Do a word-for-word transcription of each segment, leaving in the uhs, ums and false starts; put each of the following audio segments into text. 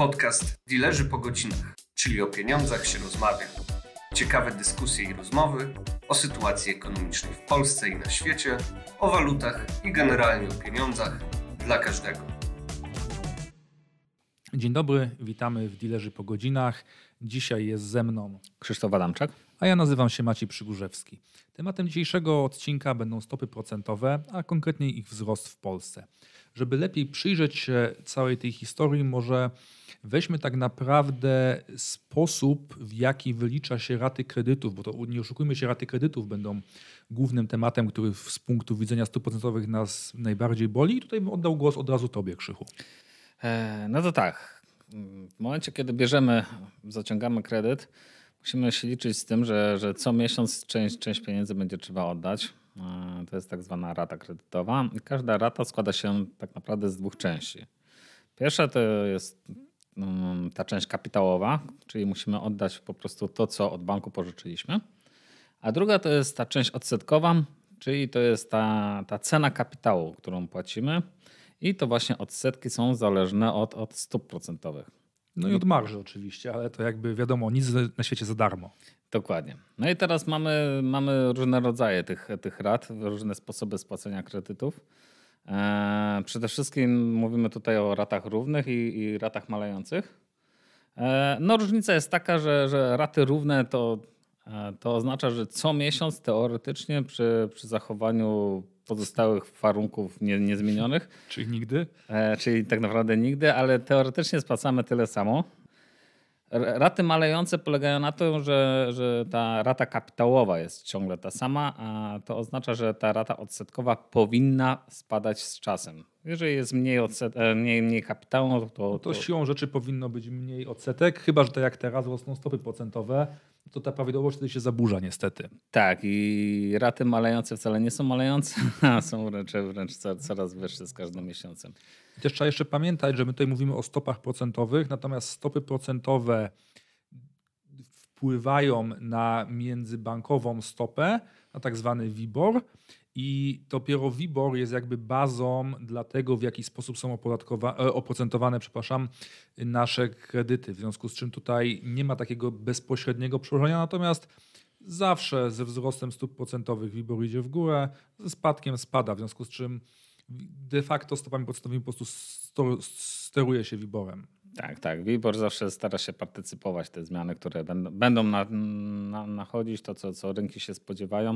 Podcast Dilerzy po godzinach, czyli o pieniądzach się rozmawia. Ciekawe dyskusje i rozmowy o sytuacji ekonomicznej w Polsce i na świecie, o walutach i generalnie o pieniądzach dla każdego. Dzień dobry, witamy w Dilerzy po godzinach. Dzisiaj jest ze mną Krzysztof Adamczak. A ja nazywam się Maciej Przygórzewski. Tematem dzisiejszego odcinka będą stopy procentowe, a konkretnie ich wzrost w Polsce. Żeby lepiej przyjrzeć się całej tej historii, może weźmy tak naprawdę sposób, w jaki wylicza się raty kredytów, bo to nie oszukujmy się, raty kredytów będą głównym tematem, który z punktu widzenia stóp procentowych nas najbardziej boli. I tutaj bym oddał głos od razu Tobie, Krzychu. No to tak, w momencie, kiedy bierzemy, zaciągamy kredyt, musimy się liczyć z tym, że, że co miesiąc część, część pieniędzy będzie trzeba oddać. To jest tak zwana rata kredytowa. I każda rata składa się tak naprawdę z dwóch części. Pierwsza to jest ta część kapitałowa, czyli musimy oddać po prostu to, co od banku pożyczyliśmy. A druga to jest ta część odsetkowa, czyli to jest ta, ta cena kapitału, którą płacimy. I to właśnie odsetki są zależne od, od stóp procentowych. No i od marży oczywiście, ale to jakby wiadomo, nic na świecie za darmo. Dokładnie. No i teraz mamy, mamy różne rodzaje tych, tych rat, różne sposoby spłacenia kredytów. E, przede wszystkim mówimy tutaj o ratach równych i, i ratach malejących. E, no różnica jest taka, że, że raty równe to, to oznacza, że co miesiąc teoretycznie przy, przy zachowaniu pozostałych warunków nie, niezmienionych. Czyli nigdy? E, czyli tak naprawdę nigdy, ale teoretycznie spłacamy tyle samo. Raty malejące polegają na tym, że, że ta rata kapitałowa jest ciągle ta sama, a to oznacza, że ta rata odsetkowa powinna spadać z czasem. Jeżeli jest mniej, odset, mniej, mniej kapitału, to, to... to... To siłą rzeczy powinno być mniej odsetek, chyba że tak jak teraz rosną stopy procentowe, to ta prawidłowość wtedy się zaburza niestety. Tak, i raty malejące wcale nie są malejące, a są wręcz, wręcz coraz wyższe z każdym miesiącem. I też trzeba jeszcze pamiętać, że my tutaj mówimy o stopach procentowych, natomiast stopy procentowe wpływają na międzybankową stopę, na tak zwany WIBOR, i dopiero WIBOR jest jakby bazą dla tego, w jaki sposób są oprocentowane przepraszam, nasze kredyty. W związku z czym tutaj nie ma takiego bezpośredniego przełożenia, natomiast zawsze ze wzrostem stóp procentowych WIBOR idzie w górę, ze spadkiem spada, w związku z czym de facto stopami procentowymi po prostu steruje się WIBORem. Tak, tak. WIBOR zawsze stara się partycypować te zmiany, które będą, będą na, na, nachodzić, to co, co rynki się spodziewają.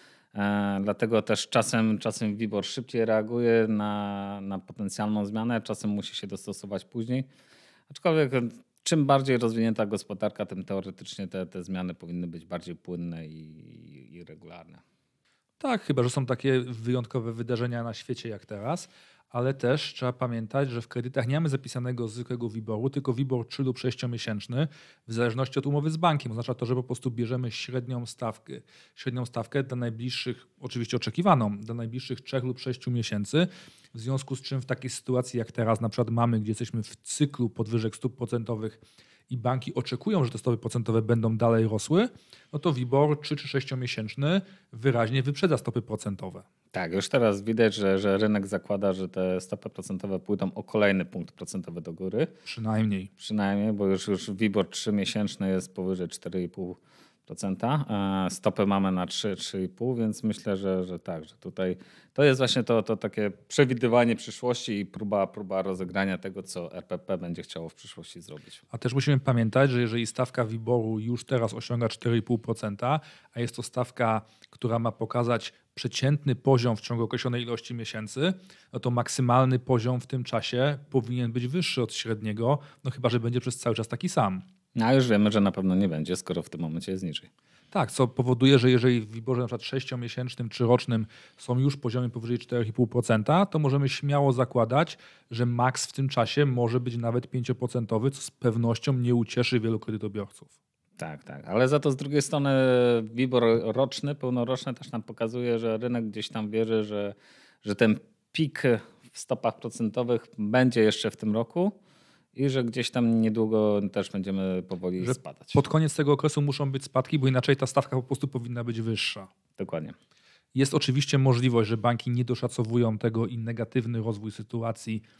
E, dlatego też czasem, czasem WIBOR szybciej reaguje na, na potencjalną zmianę, czasem musi się dostosować później. Aczkolwiek czym bardziej rozwinięta gospodarka, tym teoretycznie te, te zmiany powinny być bardziej płynne i, i regularne. Tak, chyba że są takie wyjątkowe wydarzenia na świecie jak teraz, ale też trzeba pamiętać, że w kredytach nie mamy zapisanego zwykłego WIBOR-u, tylko WIBOR trzy lub sześciomiesięczny w zależności od umowy z bankiem. Oznacza to, że po prostu bierzemy średnią stawkę, średnią stawkę dla najbliższych, oczywiście oczekiwaną, dla najbliższych trzech lub sześciu miesięcy. W związku z czym w takiej sytuacji jak teraz na przykład mamy, gdzie jesteśmy w cyklu podwyżek stóp procentowych i banki oczekują, że te stopy procentowe będą dalej rosły, no to WIBOR trzy czy sześciomiesięczny wyraźnie wyprzedza stopy procentowe. Tak, już teraz widać, że, że rynek zakłada, że te stopy procentowe pójdą o kolejny punkt procentowy do góry. Przynajmniej. Przynajmniej, bo już, już WIBOR trzymiesięczny jest powyżej cztery i pół procenta. Stopy mamy na trzy, trzy i pół, więc myślę, że, że tak, że tutaj to jest właśnie to, to takie przewidywanie przyszłości i próba, próba rozegrania tego, co R P P będzie chciało w przyszłości zrobić. A też musimy pamiętać, że jeżeli stawka WIBOR-u już teraz osiąga cztery i pół procenta, a jest to stawka, która ma pokazać przeciętny poziom w ciągu określonej ilości miesięcy, no to maksymalny poziom w tym czasie powinien być wyższy od średniego, no chyba że będzie przez cały czas taki sam. No a już wiemy, że na pewno nie będzie, skoro w tym momencie jest niżej. Tak, co powoduje, że jeżeli w WIBOR-ze na przykład sześciomiesięcznym czy rocznym są już poziomy powyżej cztery i pół procenta, to możemy śmiało zakładać, że maks w tym czasie może być nawet pięcioprocentowy, co z pewnością nie ucieszy wielu kredytobiorców. Tak, tak, ale za to z drugiej strony WIBOR roczny, pełnoroczny też nam pokazuje, że rynek gdzieś tam wierzy, że, że ten pik w stopach procentowych będzie jeszcze w tym roku. I że gdzieś tam niedługo też będziemy powoli że spadać. Pod koniec tego okresu muszą być spadki, bo inaczej ta stawka po prostu powinna być wyższa. Dokładnie. Jest oczywiście możliwość, że banki nie doszacowują tego i negatywny rozwój sytuacji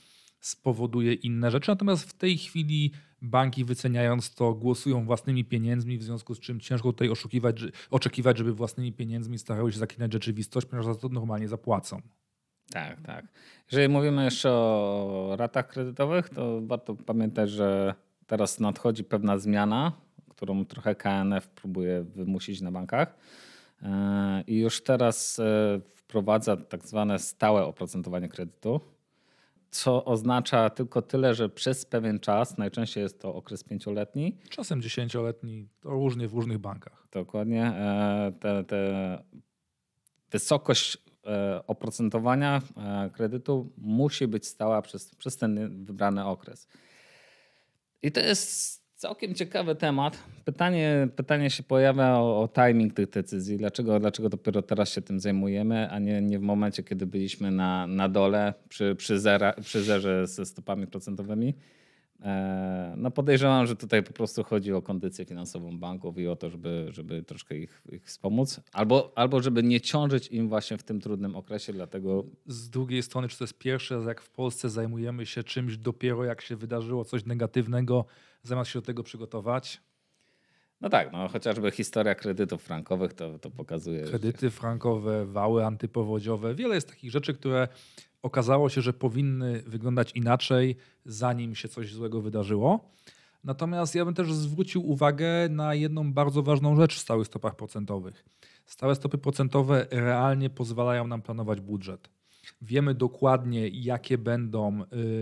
spowoduje inne rzeczy. Natomiast w tej chwili banki, wyceniając to, głosują własnymi pieniędzmi, w związku z czym ciężko tutaj oszukiwać, oczekiwać, żeby własnymi pieniędzmi starały się zaklinać rzeczywistość, ponieważ za to normalnie zapłacą. Tak, tak. Jeżeli mówimy jeszcze o ratach kredytowych, to warto pamiętać, że teraz nadchodzi pewna zmiana, którą trochę K N F próbuje wymusić na bankach i już teraz wprowadza tak zwane stałe oprocentowanie kredytu, co oznacza tylko tyle, że przez pewien czas, najczęściej jest to okres pięcioletni. Czasem dziesięcioletni, to różnie w różnych bankach. Dokładnie. Te, te wysokość oprocentowania kredytu musi być stała przez, przez ten wybrany okres. I to jest całkiem ciekawy temat. Pytanie, pytanie się pojawia o, o timing tych decyzji. Dlaczego, dlaczego dopiero teraz się tym zajmujemy, a nie, nie w momencie, kiedy byliśmy na, na dole przy, przy, zera, przy zerze ze stopami procentowymi. No podejrzewam, że tutaj po prostu chodzi o kondycję finansową banków i o to, żeby, żeby troszkę ich, ich wspomóc. Albo, albo żeby nie ciążyć im właśnie w tym trudnym okresie, dlatego... Z drugiej strony, czy to jest pierwszy raz, jak w Polsce zajmujemy się czymś dopiero jak się wydarzyło coś negatywnego, zamiast się do tego przygotować? No tak, no chociażby historia kredytów frankowych to, to pokazuje. Kredyty frankowe, wały antypowodziowe. Wiele jest takich rzeczy, które okazało się, że powinny wyglądać inaczej, zanim się coś złego wydarzyło. Natomiast ja bym też zwrócił uwagę na jedną bardzo ważną rzecz w stałych stopach procentowych. Stałe stopy procentowe realnie pozwalają nam planować budżet. Wiemy dokładnie, jakie będą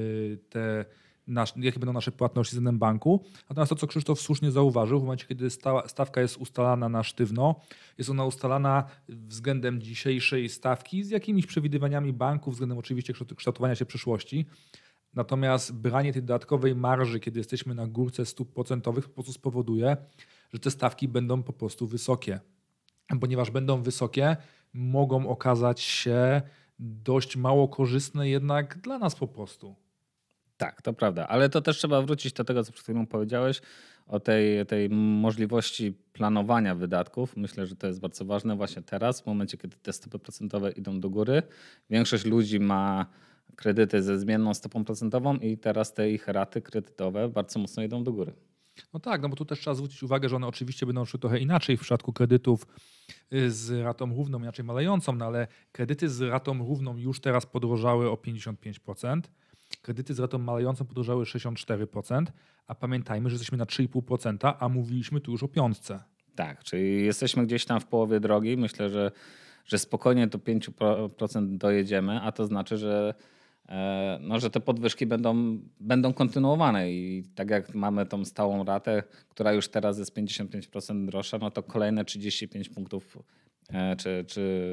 te Nasz, jakie będą nasze płatności względem banku. Natomiast to, co Krzysztof słusznie zauważył, w momencie, kiedy stała, stawka jest ustalana na sztywno, jest ona ustalana względem dzisiejszej stawki z jakimiś przewidywaniami banku, względem oczywiście kształtowania się przyszłości. Natomiast branie tej dodatkowej marży, kiedy jesteśmy na górce stóp procentowych, po prostu spowoduje, że te stawki będą po prostu wysokie. Ponieważ będą wysokie, mogą okazać się dość mało korzystne jednak dla nas po prostu. Tak, to prawda, ale to też trzeba wrócić do tego, co przed chwilą powiedziałeś o tej, tej możliwości planowania wydatków. Myślę, że to jest bardzo ważne właśnie teraz, w momencie, kiedy te stopy procentowe idą do góry. Większość ludzi ma kredyty ze zmienną stopą procentową i teraz te ich raty kredytowe bardzo mocno idą do góry. No tak, no bo tu też trzeba zwrócić uwagę, że one oczywiście będą szły trochę inaczej w przypadku kredytów z ratą równą, inaczej malejącą, no ale kredyty z ratą równą już teraz podrożały o pięćdziesiąt pięć procent. Kredyty z ratą malejącą podrożały sześćdziesiąt cztery procent, a pamiętajmy, że jesteśmy na trzy i pół procent, a mówiliśmy tu już o piątce. Tak, czyli jesteśmy gdzieś tam w połowie drogi. Myślę, że, że spokojnie do pięć procent dojedziemy, a to znaczy, że, no, że te podwyżki będą, będą kontynuowane i tak jak mamy tą stałą ratę, która już teraz jest pięćdziesiąt pięć procent droższa, no to kolejne trzydzieści pięć punktów czy, czy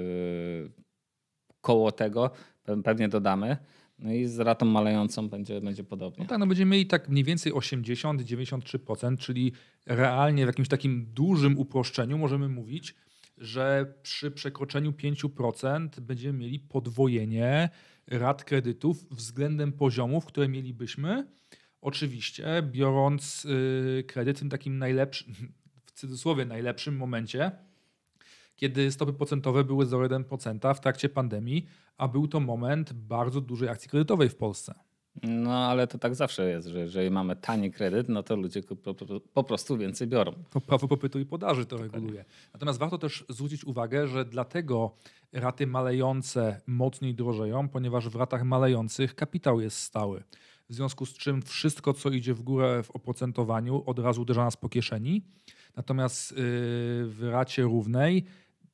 koło tego pewnie dodamy. No i z ratą malejącą będzie, będzie podobnie. No tak, no będziemy mieli tak mniej więcej osiemdziesiąt do dziewięćdziesięciu trzech procent, czyli realnie w jakimś takim dużym uproszczeniu możemy mówić, że przy przekroczeniu pięć procent będziemy mieli podwojenie rat kredytów względem poziomów, które mielibyśmy, oczywiście biorąc kredyt w tym takim najlepszym, w cudzysłowie najlepszym momencie, kiedy stopy procentowe były zero przecinek jeden procent w trakcie pandemii, a był to moment bardzo dużej akcji kredytowej w Polsce. No ale to tak zawsze jest, że jeżeli mamy tani kredyt, no to ludzie po, po prostu więcej biorą. To prawo popytu i podaży to Dokładnie. reguluje. Natomiast warto też zwrócić uwagę, że dlatego raty malejące mocniej drożeją, ponieważ w ratach malejących kapitał jest stały. W związku z czym wszystko, co idzie w górę w oprocentowaniu, od razu uderza nas po kieszeni. Natomiast w racie równej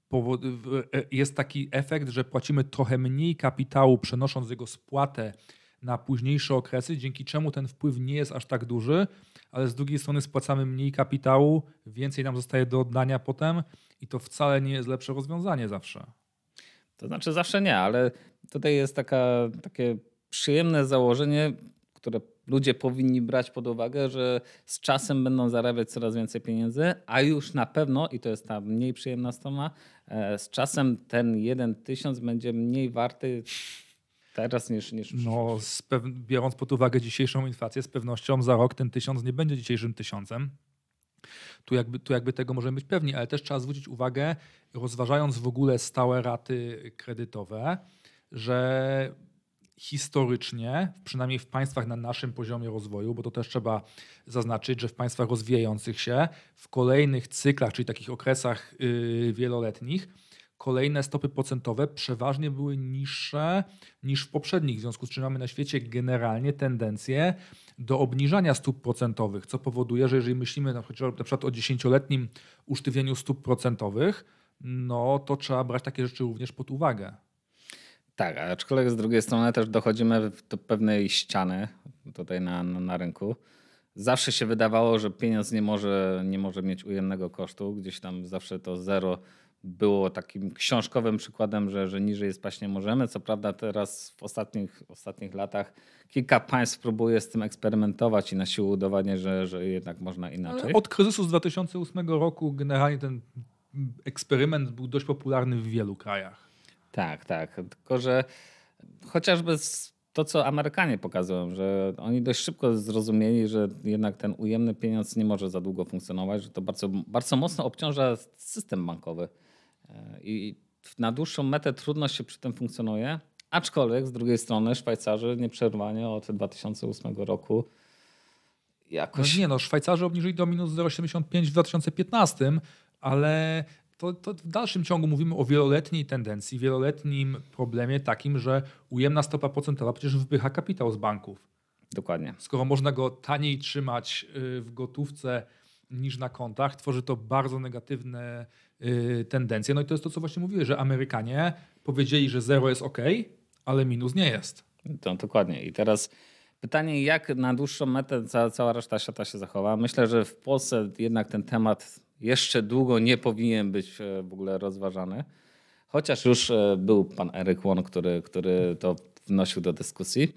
jest taki efekt, że płacimy trochę mniej kapitału, przenosząc jego spłatę na późniejsze okresy, dzięki czemu ten wpływ nie jest aż tak duży, ale z drugiej strony spłacamy mniej kapitału, więcej nam zostaje do oddania potem i to wcale nie jest lepsze rozwiązanie zawsze. To znaczy zawsze nie, ale tutaj jest taka, takie przyjemne założenie, które ludzie powinni brać pod uwagę, że z czasem będą zarabiać coraz więcej pieniędzy, a już na pewno, i to jest ta mniej przyjemna strona, z czasem ten jeden tysiąc będzie mniej warty teraz niż, niż w No, biorąc pod uwagę dzisiejszą inflację, z pewnością za rok ten tysiąc nie będzie dzisiejszym tysiącem. Tu jakby, tu jakby tego możemy być pewni, ale też trzeba zwrócić uwagę, rozważając w ogóle stałe raty kredytowe, że historycznie, przynajmniej w państwach na naszym poziomie rozwoju, bo to też trzeba zaznaczyć, że w państwach rozwijających się w kolejnych cyklach, czyli takich okresach yy, wieloletnich, kolejne stopy procentowe przeważnie były niższe niż w poprzednich, w związku z czym mamy na świecie generalnie tendencję do obniżania stóp procentowych, co powoduje, że jeżeli myślimy na przykład, na przykład o dziesięcioletnim usztywnieniu stóp procentowych, no to trzeba brać takie rzeczy również pod uwagę. Tak, aczkolwiek z drugiej strony też dochodzimy do pewnej ściany tutaj na, na, na rynku. Zawsze się wydawało, że pieniądz nie może, nie może mieć ujemnego kosztu. Gdzieś tam zawsze to zero było takim książkowym przykładem, że, że niżej spaść nie możemy. Co prawda teraz w ostatnich, ostatnich latach kilka państw próbuje z tym eksperymentować i na siłę udowadniać, że, że jednak można inaczej. Ale od kryzysu z dwa tysiące ósmego roku generalnie ten eksperyment był dość popularny w wielu krajach. Tak, tak. Tylko że chociażby to, co Amerykanie pokazują, że oni dość szybko zrozumieli, że jednak ten ujemny pieniądz nie może za długo funkcjonować, że to bardzo, bardzo mocno obciąża system bankowy. I na dłuższą metę trudno się przy tym funkcjonuje, aczkolwiek z drugiej strony Szwajcarzy nieprzerwanie od dwa tysiące ósmego roku jakoś... No nie no, Szwajcarzy obniżyli do minus zero przecinek siedemdziesiąt pięć w dwa tysiące piętnastym, ale to, to w dalszym ciągu mówimy o wieloletniej tendencji, wieloletnim problemie takim, że ujemna stopa procentowa przecież wypycha kapitał z banków. Dokładnie. Skoro można go taniej trzymać w gotówce niż na kontach, tworzy to bardzo negatywne tendencje. No i to jest to, co właśnie mówiłeś, że Amerykanie powiedzieli, że zero jest ok, ale minus nie jest. To, dokładnie. I teraz pytanie, jak na dłuższą metę cała, cała reszta świata się zachowa. Myślę, że w Polsce jednak ten temat jeszcze długo nie powinien być w ogóle rozważany. Chociaż już był pan Eric Wong, który, który to wnosił do dyskusji.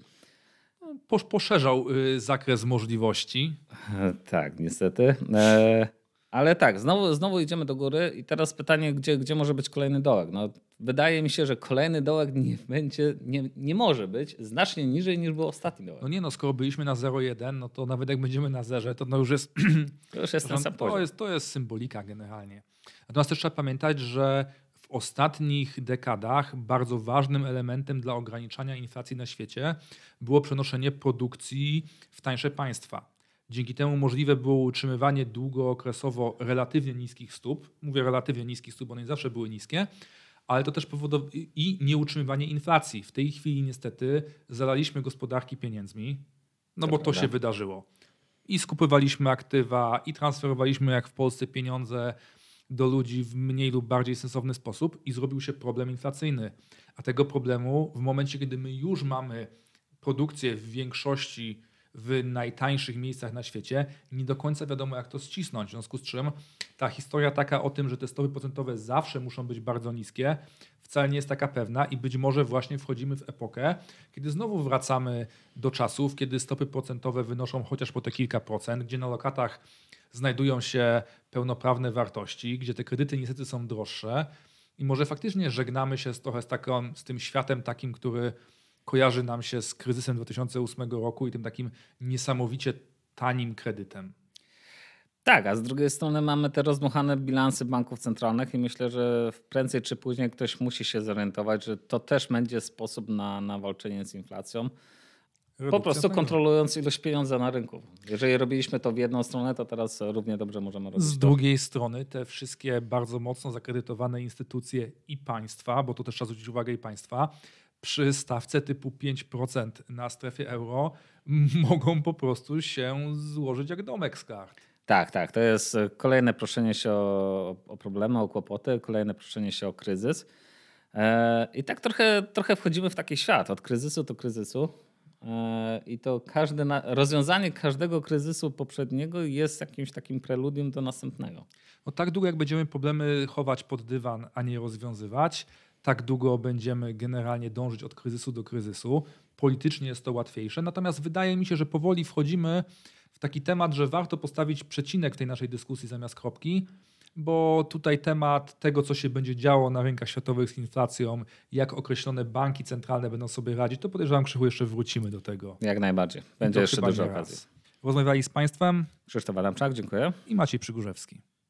Poszerzał zakres możliwości. Tak, niestety. E, ale tak, znowu, znowu idziemy do góry i teraz pytanie, gdzie, gdzie może być kolejny dołek? No, wydaje mi się, że kolejny dołek nie będzie, nie, nie może być znacznie niżej niż był ostatni dołek. No nie no, skoro byliśmy na zero przecinek jeden, no to nawet jak będziemy na zerze, to no już jest, to już jest ten sam to poziom. jest, to jest symbolika generalnie. Natomiast też trzeba pamiętać, że w ostatnich dekadach bardzo ważnym elementem dla ograniczania inflacji na świecie było przenoszenie produkcji w tańsze państwa. Dzięki temu możliwe było utrzymywanie długookresowo relatywnie niskich stóp. Mówię relatywnie niskich stóp, bo one nie zawsze były niskie, ale to też powodowało i nieutrzymywanie inflacji. W tej chwili niestety zalaliśmy gospodarki pieniędzmi, no To bo to prawda. się wydarzyło. I skupywaliśmy aktywa, i transferowaliśmy jak w Polsce pieniądze do ludzi w mniej lub bardziej sensowny sposób i zrobił się problem inflacyjny. A tego problemu w momencie, kiedy my już mamy produkcję w większości w najtańszych miejscach na świecie, nie do końca wiadomo, jak to ścisnąć. W związku z czym ta historia taka o tym, że te stopy procentowe zawsze muszą być bardzo niskie, wcale nie jest taka pewna i być może właśnie wchodzimy w epokę, kiedy znowu wracamy do czasów, kiedy stopy procentowe wynoszą chociaż po te kilka procent, gdzie na lokatach znajdują się pełnoprawne wartości, gdzie te kredyty niestety są droższe i może faktycznie żegnamy się z, trochę z, taką, z tym światem takim, który kojarzy nam się z kryzysem dwa tysiące ósmego roku i tym takim niesamowicie tanim kredytem. Tak, a z drugiej strony mamy te rozmuchane bilansy banków centralnych i myślę, że prędzej czy później ktoś musi się zorientować, że to też będzie sposób na, na walczenie z inflacją. Po prostu kontrolując ilość pieniądza na rynku. Jeżeli robiliśmy to w jedną stronę, to teraz równie dobrze możemy robić Z to. drugiej strony te wszystkie bardzo mocno zakredytowane instytucje i państwa, bo to też trzeba zwrócić uwagę i państwa, przy stawce typu pięć procent na strefie euro mogą po prostu się złożyć jak domek z kart. Tak, tak. To jest kolejne proszenie się o, o problemy, o kłopoty, kolejne proszenie się o kryzys. E, I tak trochę, trochę wchodzimy w taki świat. Od kryzysu do kryzysu. E, I to każde na, rozwiązanie każdego kryzysu poprzedniego jest jakimś takim preludium do następnego. No tak długo jak będziemy problemy chować pod dywan, a nie rozwiązywać, tak długo będziemy generalnie dążyć od kryzysu do kryzysu. Politycznie jest to łatwiejsze. Natomiast wydaje mi się, że powoli wchodzimy w taki temat, że warto postawić przecinek w tej naszej dyskusji zamiast kropki, bo tutaj temat tego, co się będzie działo na rynkach światowych z inflacją, jak określone banki centralne będą sobie radzić, to podejrzewam, Krzychu, jeszcze wrócimy do tego. Jak najbardziej. Będzie jeszcze dużo okazji. Rozmawiali z Państwem Krzysztof Adamczak, dziękuję. i Maciej Przygórzewski.